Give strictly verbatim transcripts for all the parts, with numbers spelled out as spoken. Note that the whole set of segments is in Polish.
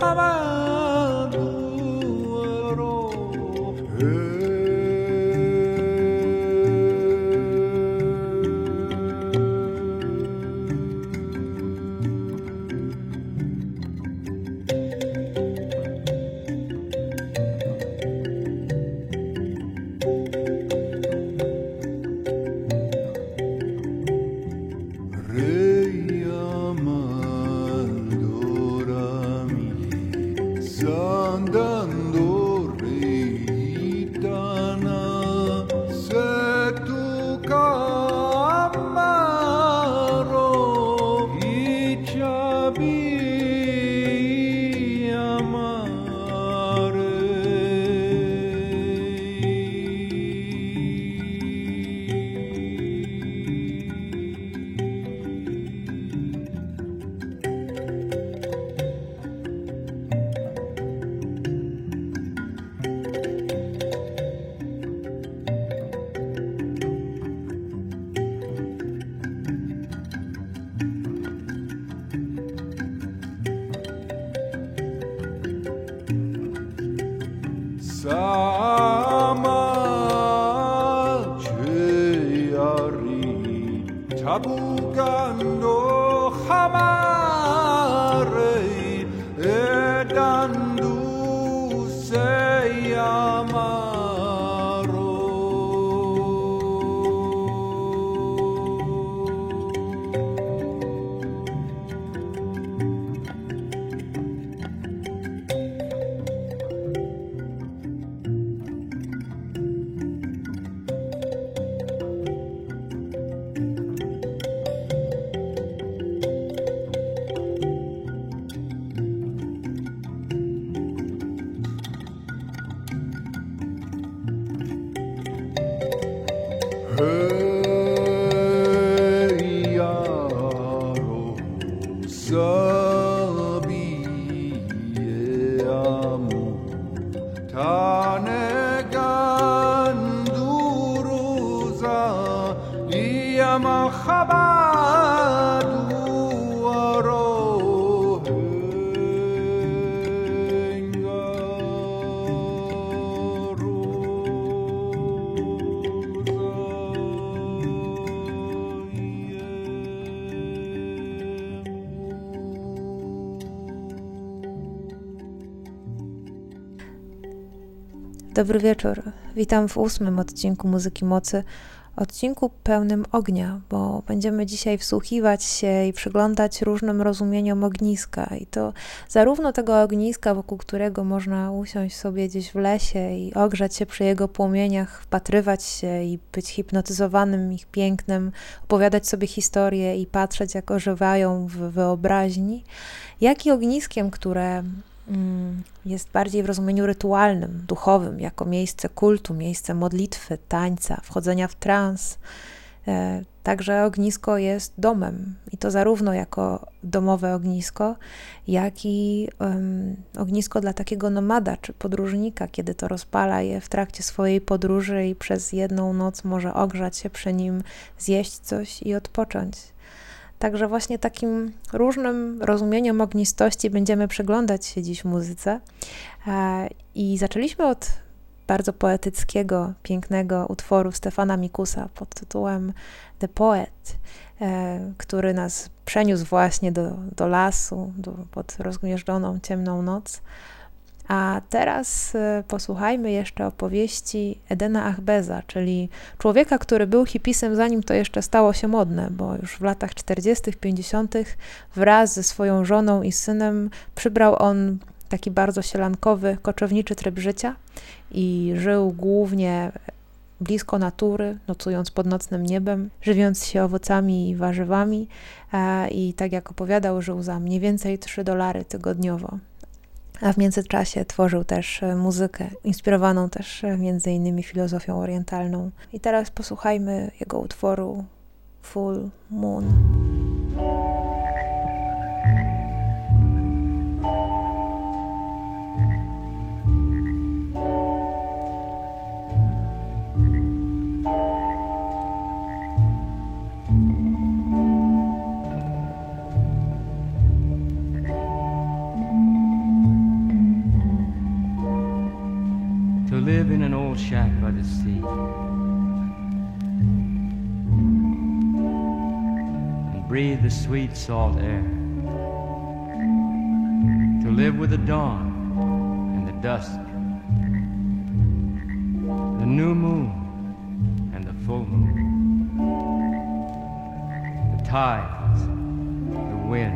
Tabugando jamare edandu se amaro. Hejaro sabiemu taneganduruza iyamahabaduaro Dobry wieczór. Witam w ósmym odcinku Muzyki Mocy, odcinku pełnym ognia, bo będziemy dzisiaj wsłuchiwać się i przyglądać różnym rozumieniom ogniska. I to zarówno tego ogniska, wokół którego można usiąść sobie gdzieś w lesie i ogrzać się przy jego płomieniach, wpatrywać się i być hipnotyzowanym ich pięknem, opowiadać sobie historie i patrzeć, jak ożywają w wyobraźni, jak i ogniskiem, które jest bardziej w rozumieniu rytualnym, duchowym, jako miejsce kultu, miejsce modlitwy, tańca, wchodzenia w trans. Także ognisko jest domem i to zarówno jako domowe ognisko, jak i um, ognisko dla takiego nomada czy podróżnika, kiedy to rozpala je w trakcie swojej podróży i przez jedną noc może ogrzać się przy nim, zjeść coś i odpocząć. Także właśnie takim różnym rozumieniom ognistości będziemy przyglądać się dziś w muzyce. I zaczęliśmy od bardzo poetyckiego, pięknego utworu Stefana Mikusa pod tytułem The Poet, który nas przeniósł właśnie do, do lasu, do, pod rozgnieżdżoną, ciemną noc. A teraz posłuchajmy jeszcze opowieści Edena Ahbeza, czyli człowieka, który był hipisem, zanim to jeszcze stało się modne, bo już w latach czterdziestych, pięćdziesiątych wraz ze swoją żoną i synem przybrał on taki bardzo sielankowy, koczowniczy tryb życia i żył głównie blisko natury, nocując pod nocnym niebem, żywiąc się owocami i warzywami i tak jak opowiadał, żył za mniej więcej trzy dolary tygodniowo. A w międzyczasie tworzył też muzykę, inspirowaną też między innymi filozofią orientalną. I teraz posłuchajmy jego utworu Full Moon. live in an old shack by the sea and breathe the sweet salt air, to live with the dawn and the dusk, the new moon and the full moon, the tides, the wind,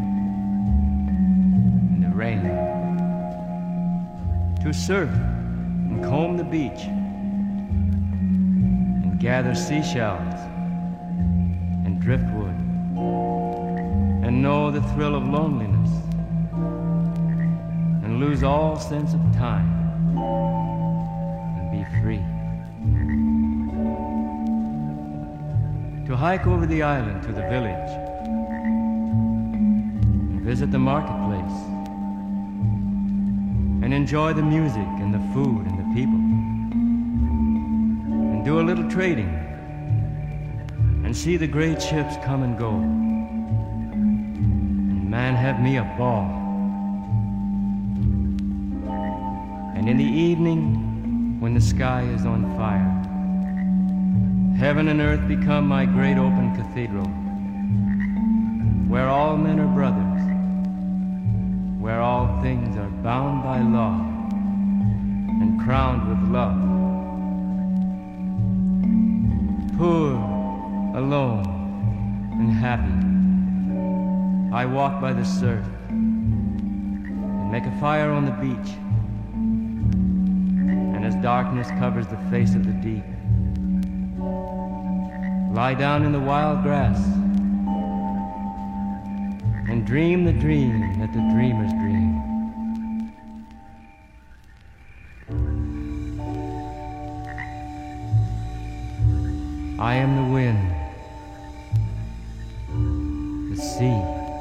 and the rain, to surf and comb the beach and gather seashells and driftwood and know the thrill of loneliness and lose all sense of time and be free. To hike over the island to the village and visit the marketplace and enjoy the music and the food and the people and do a little trading and see the great ships come and go, and man, have me a ball. And in the evening when the sky is on fire, heaven and earth become my great open cathedral, where all men are brothers, where all things are bound by law and crowned with love. Poor, alone, and happy, I walk by the surf and make a fire on the beach, and as darkness covers the face of the deep, lie down in the wild grass and dream the dream that the dreamers dream. I am the wind, the sea,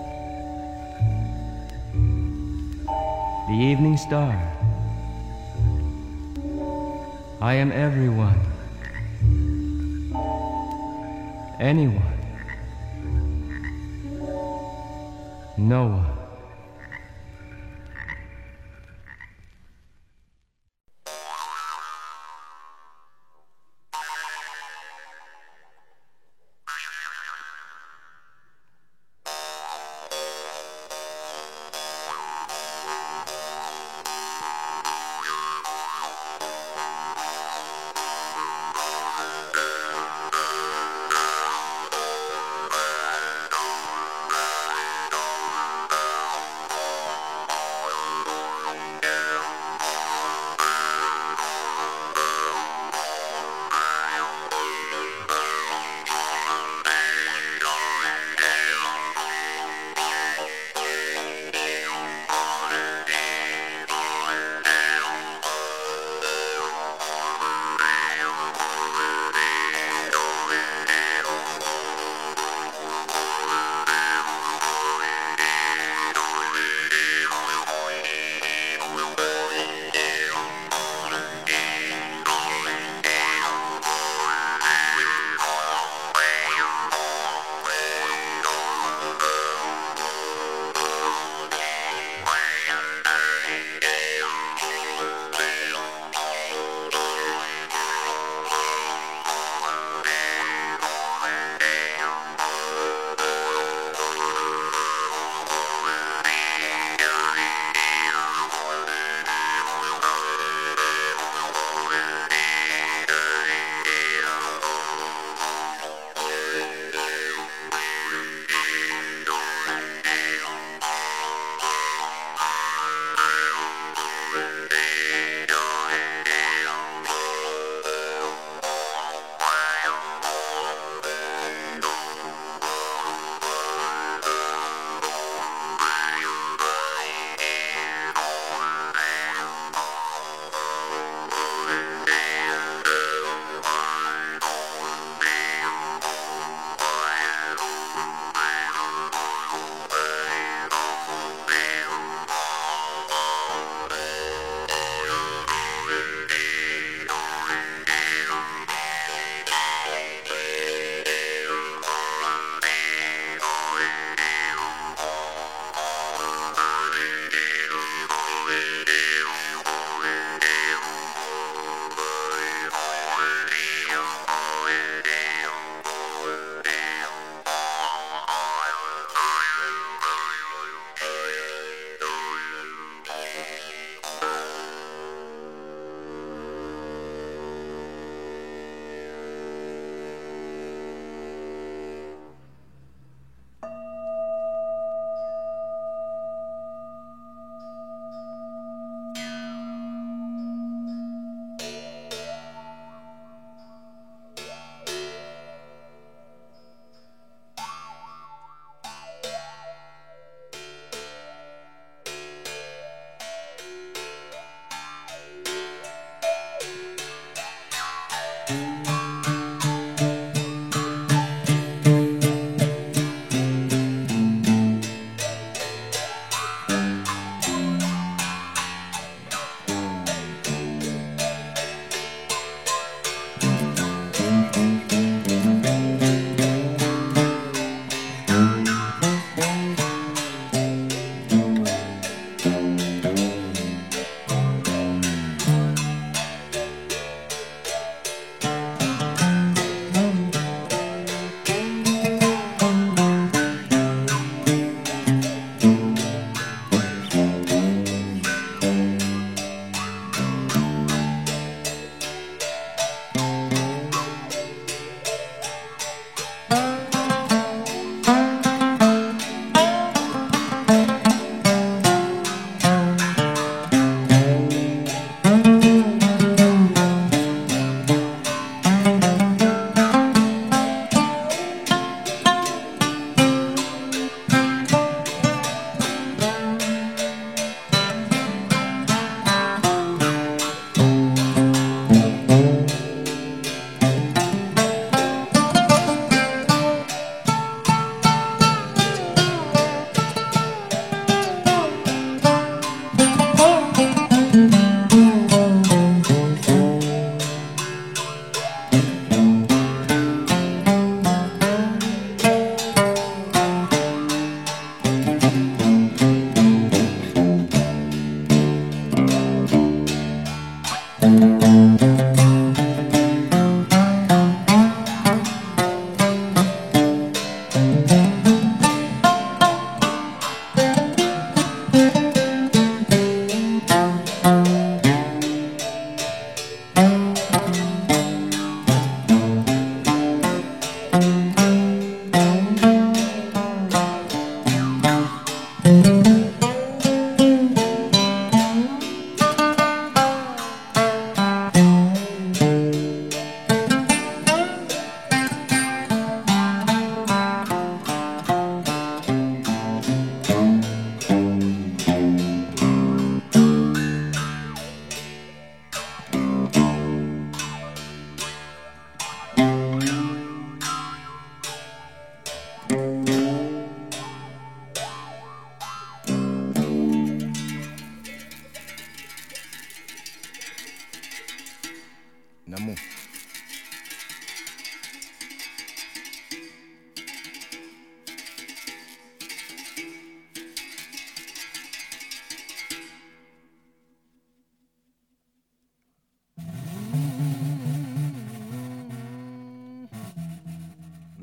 the evening star. I am everyone, anyone, no one.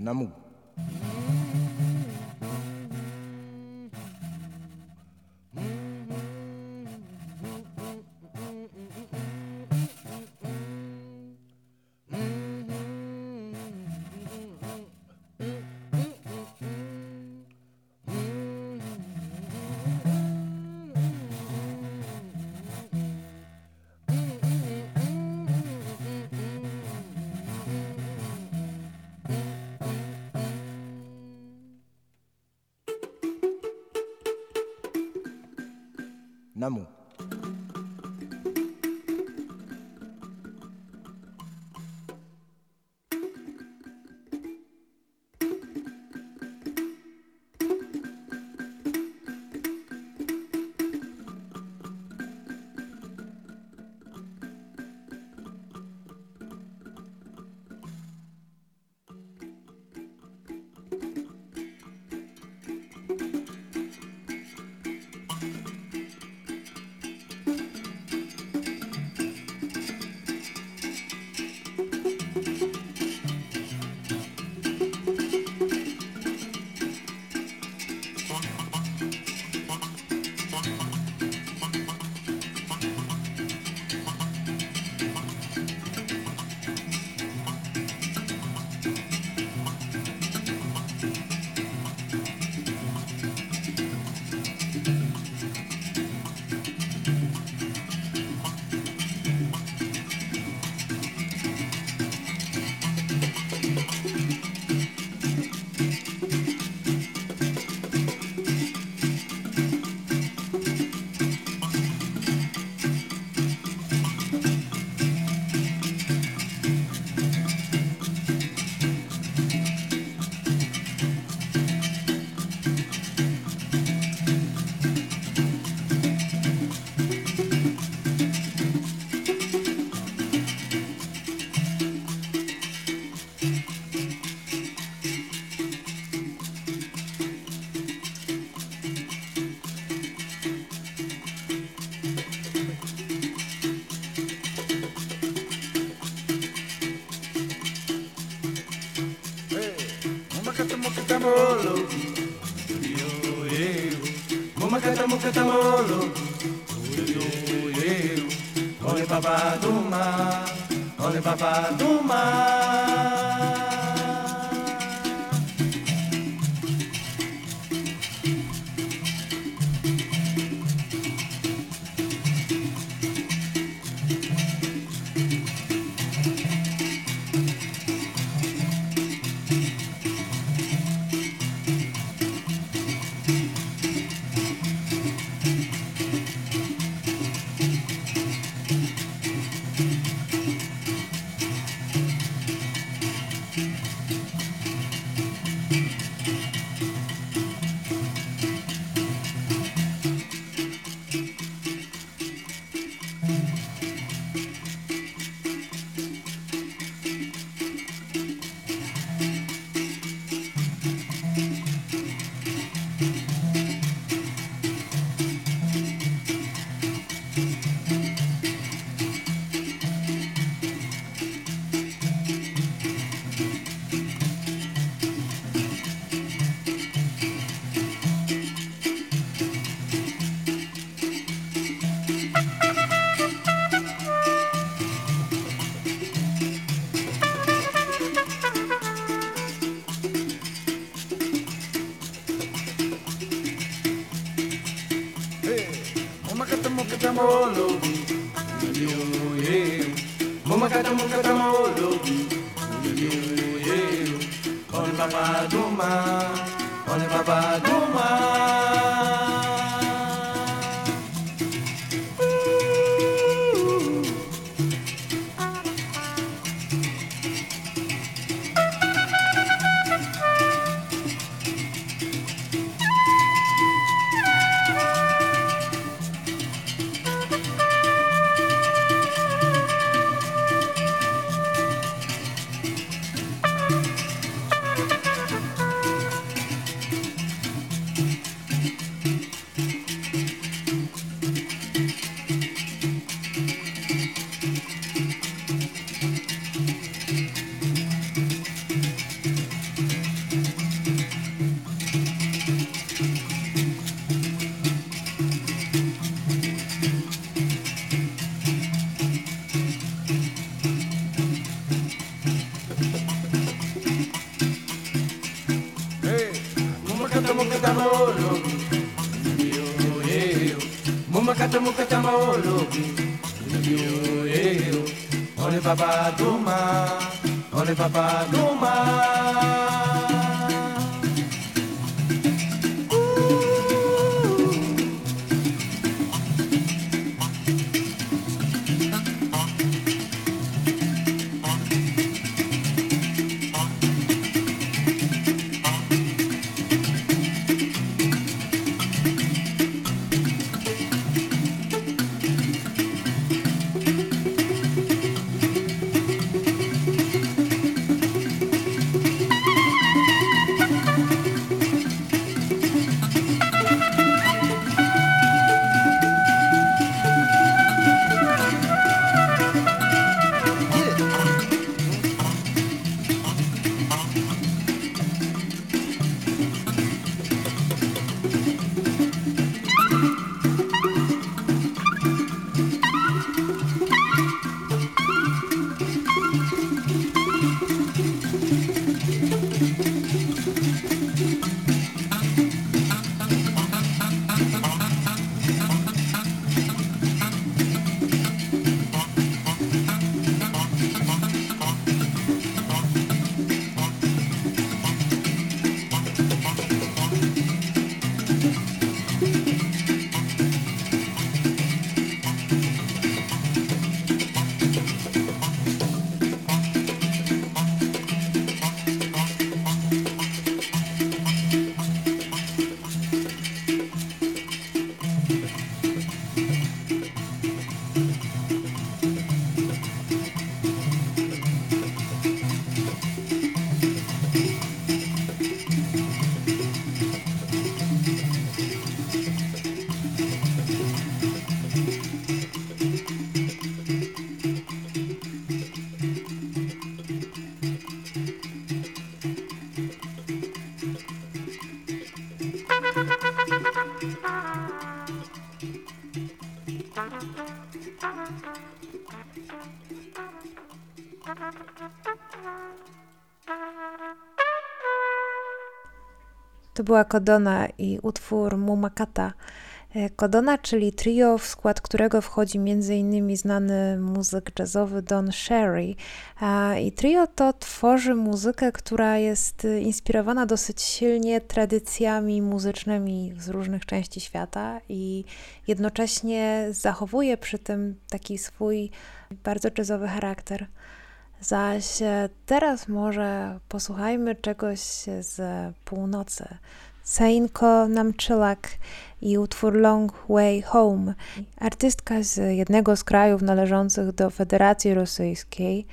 Namu. Namu. Molo, yo, yo, mama cata mocata molo, yo, yo, ole papa duma, ole papa duma. Molo, yo, yo, mama cata mocata molo, yo, yo, on papa duma, on papa duma. Mumakata mukata maologi, yo yo. On est papa Douma, on est papa Douma. To była Kodona i utwór Mumakata. Kodona, czyli trio, w skład którego wchodzi między innymi znany muzyk jazzowy Don Cherry. I trio to tworzy muzykę, która jest inspirowana dosyć silnie tradycjami muzycznymi z różnych części świata i jednocześnie zachowuje przy tym taki swój bardzo jazzowy charakter. Zaś teraz może posłuchajmy czegoś z północy. Seinko Namczylak i utwór Long Way Home. Artystka z jednego z krajów należących do Federacji Rosyjskiej,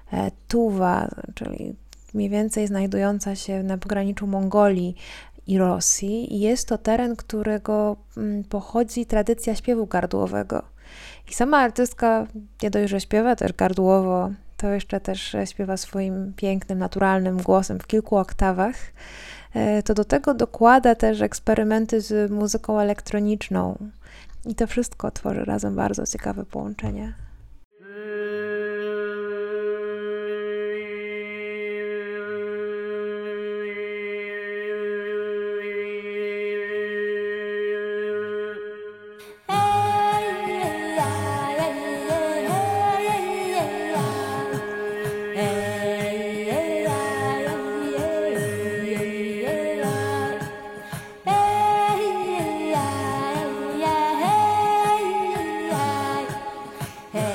Tuwa, czyli mniej więcej znajdująca się na pograniczu Mongolii i Rosji. I jest to teren, którego pochodzi tradycja śpiewu gardłowego. I sama artystka nie dość, że śpiewa też gardłowo, to jeszcze też śpiewa swoim pięknym, naturalnym głosem w kilku oktawach. To do tego dokłada też eksperymenty z muzyką elektroniczną. I to wszystko tworzy razem bardzo ciekawe połączenie. Hey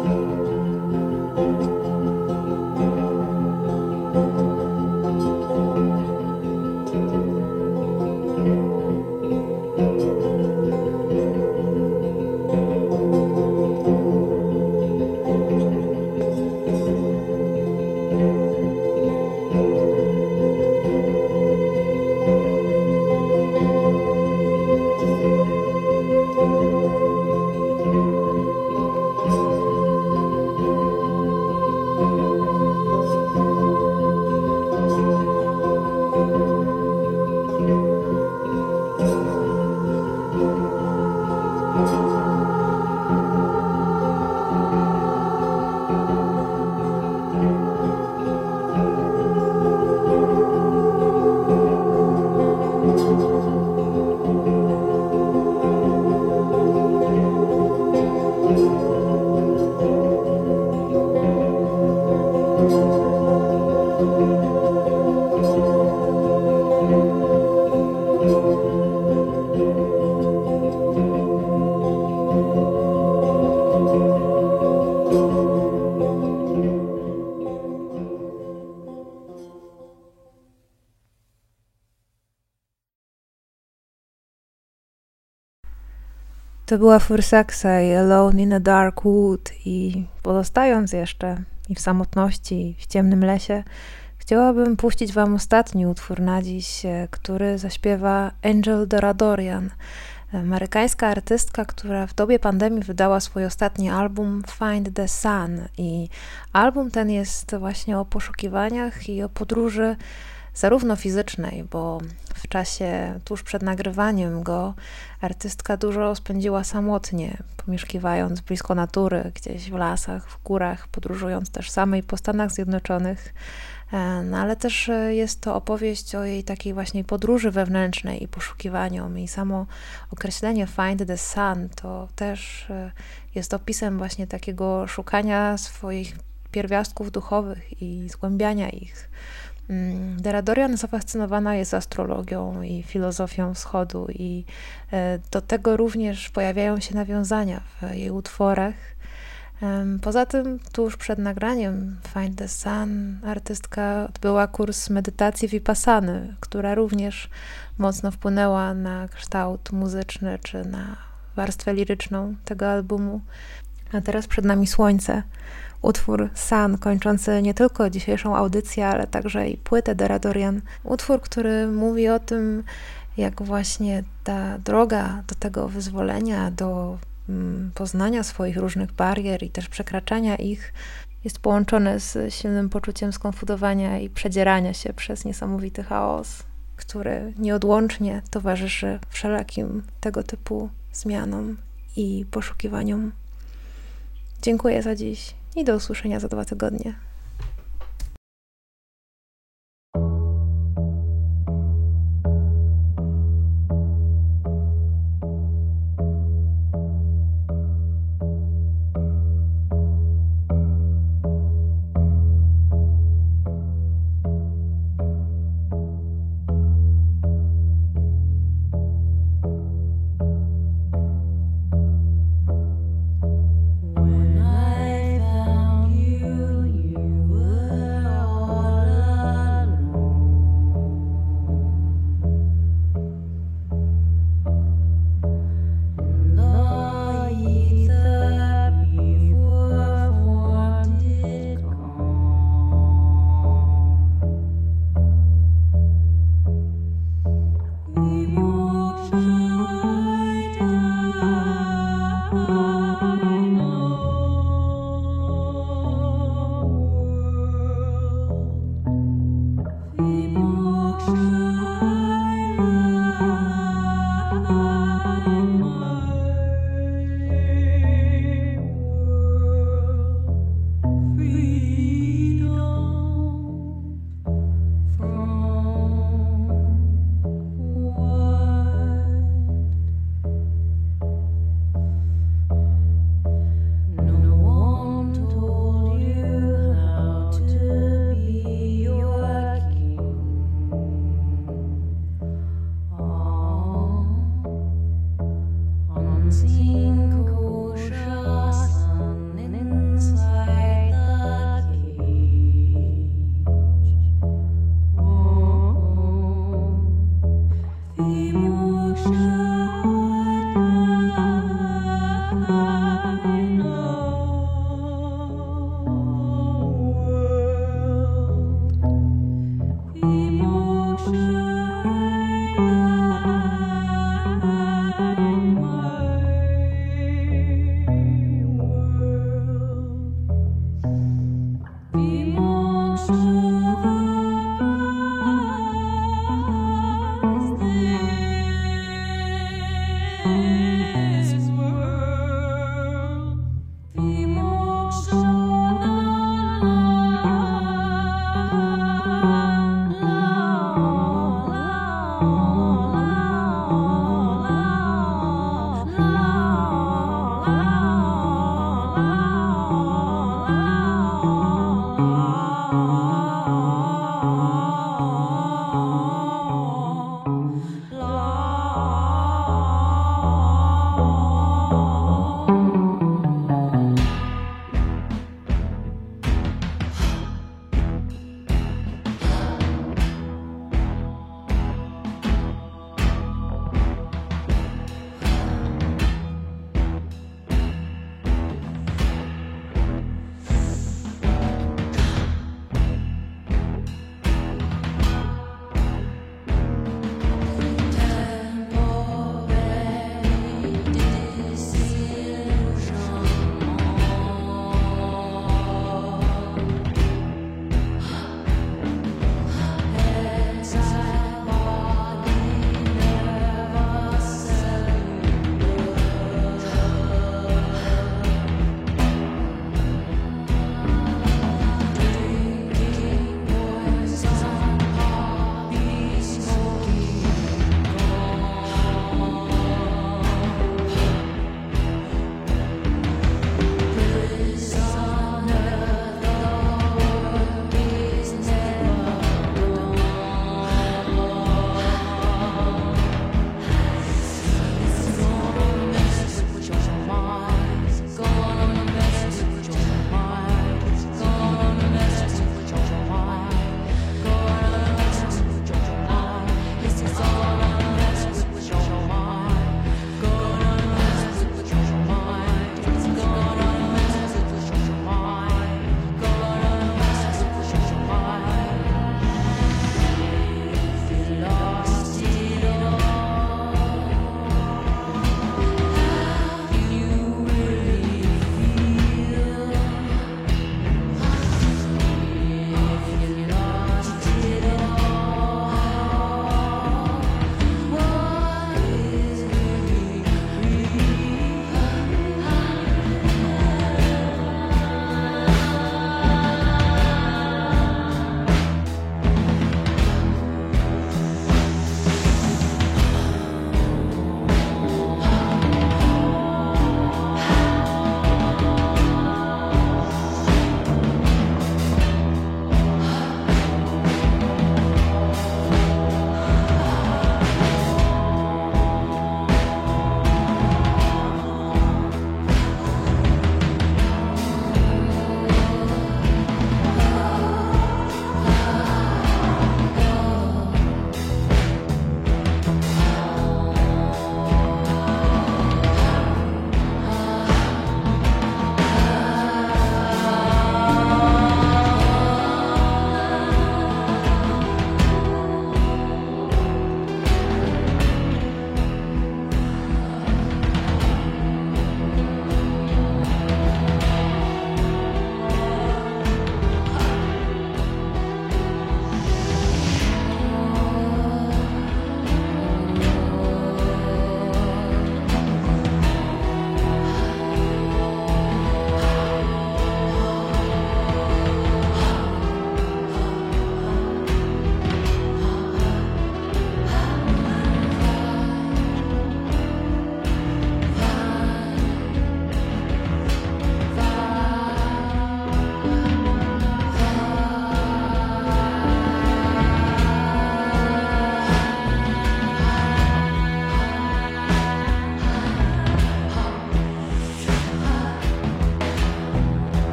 To była Fursaxa i Alone in a Dark Wood i pozostając jeszcze i w samotności, i w ciemnym lesie, chciałabym puścić wam ostatni utwór na dziś, który zaśpiewa Angel Deradorian, amerykańska artystka, która w dobie pandemii wydała swój ostatni album Find the Sun i album ten jest właśnie o poszukiwaniach i o podróży zarówno fizycznej, bo w czasie tuż przed nagrywaniem go artystka dużo spędziła samotnie, pomieszkiwając blisko natury, gdzieś w lasach, w górach, podróżując też samej po Stanach Zjednoczonych. No, ale też jest to opowieść o jej takiej właśnie podróży wewnętrznej i poszukiwaniom i samo określenie Find the Sun to też jest opisem właśnie takiego szukania swoich pierwiastków duchowych i zgłębiania ich. Deradorian zafascynowana jest astrologią i filozofią wschodu i do tego również pojawiają się nawiązania w jej utworach. Poza tym tuż przed nagraniem Find the Sun artystka odbyła kurs medytacji Vipassany, która również mocno wpłynęła na kształt muzyczny czy na warstwę liryczną tego albumu. A teraz przed nami Słońce. Utwór Sun, kończący nie tylko dzisiejszą audycję, ale także i płytę Deradorian. Utwór, który mówi o tym, jak właśnie ta droga do tego wyzwolenia, do mm, poznania swoich różnych barier i też przekraczania ich jest połączone z silnym poczuciem skonfudowania i przedzierania się przez niesamowity chaos, który nieodłącznie towarzyszy wszelakim tego typu zmianom i poszukiwaniom. Dziękuję za dziś i do usłyszenia za dwa tygodnie.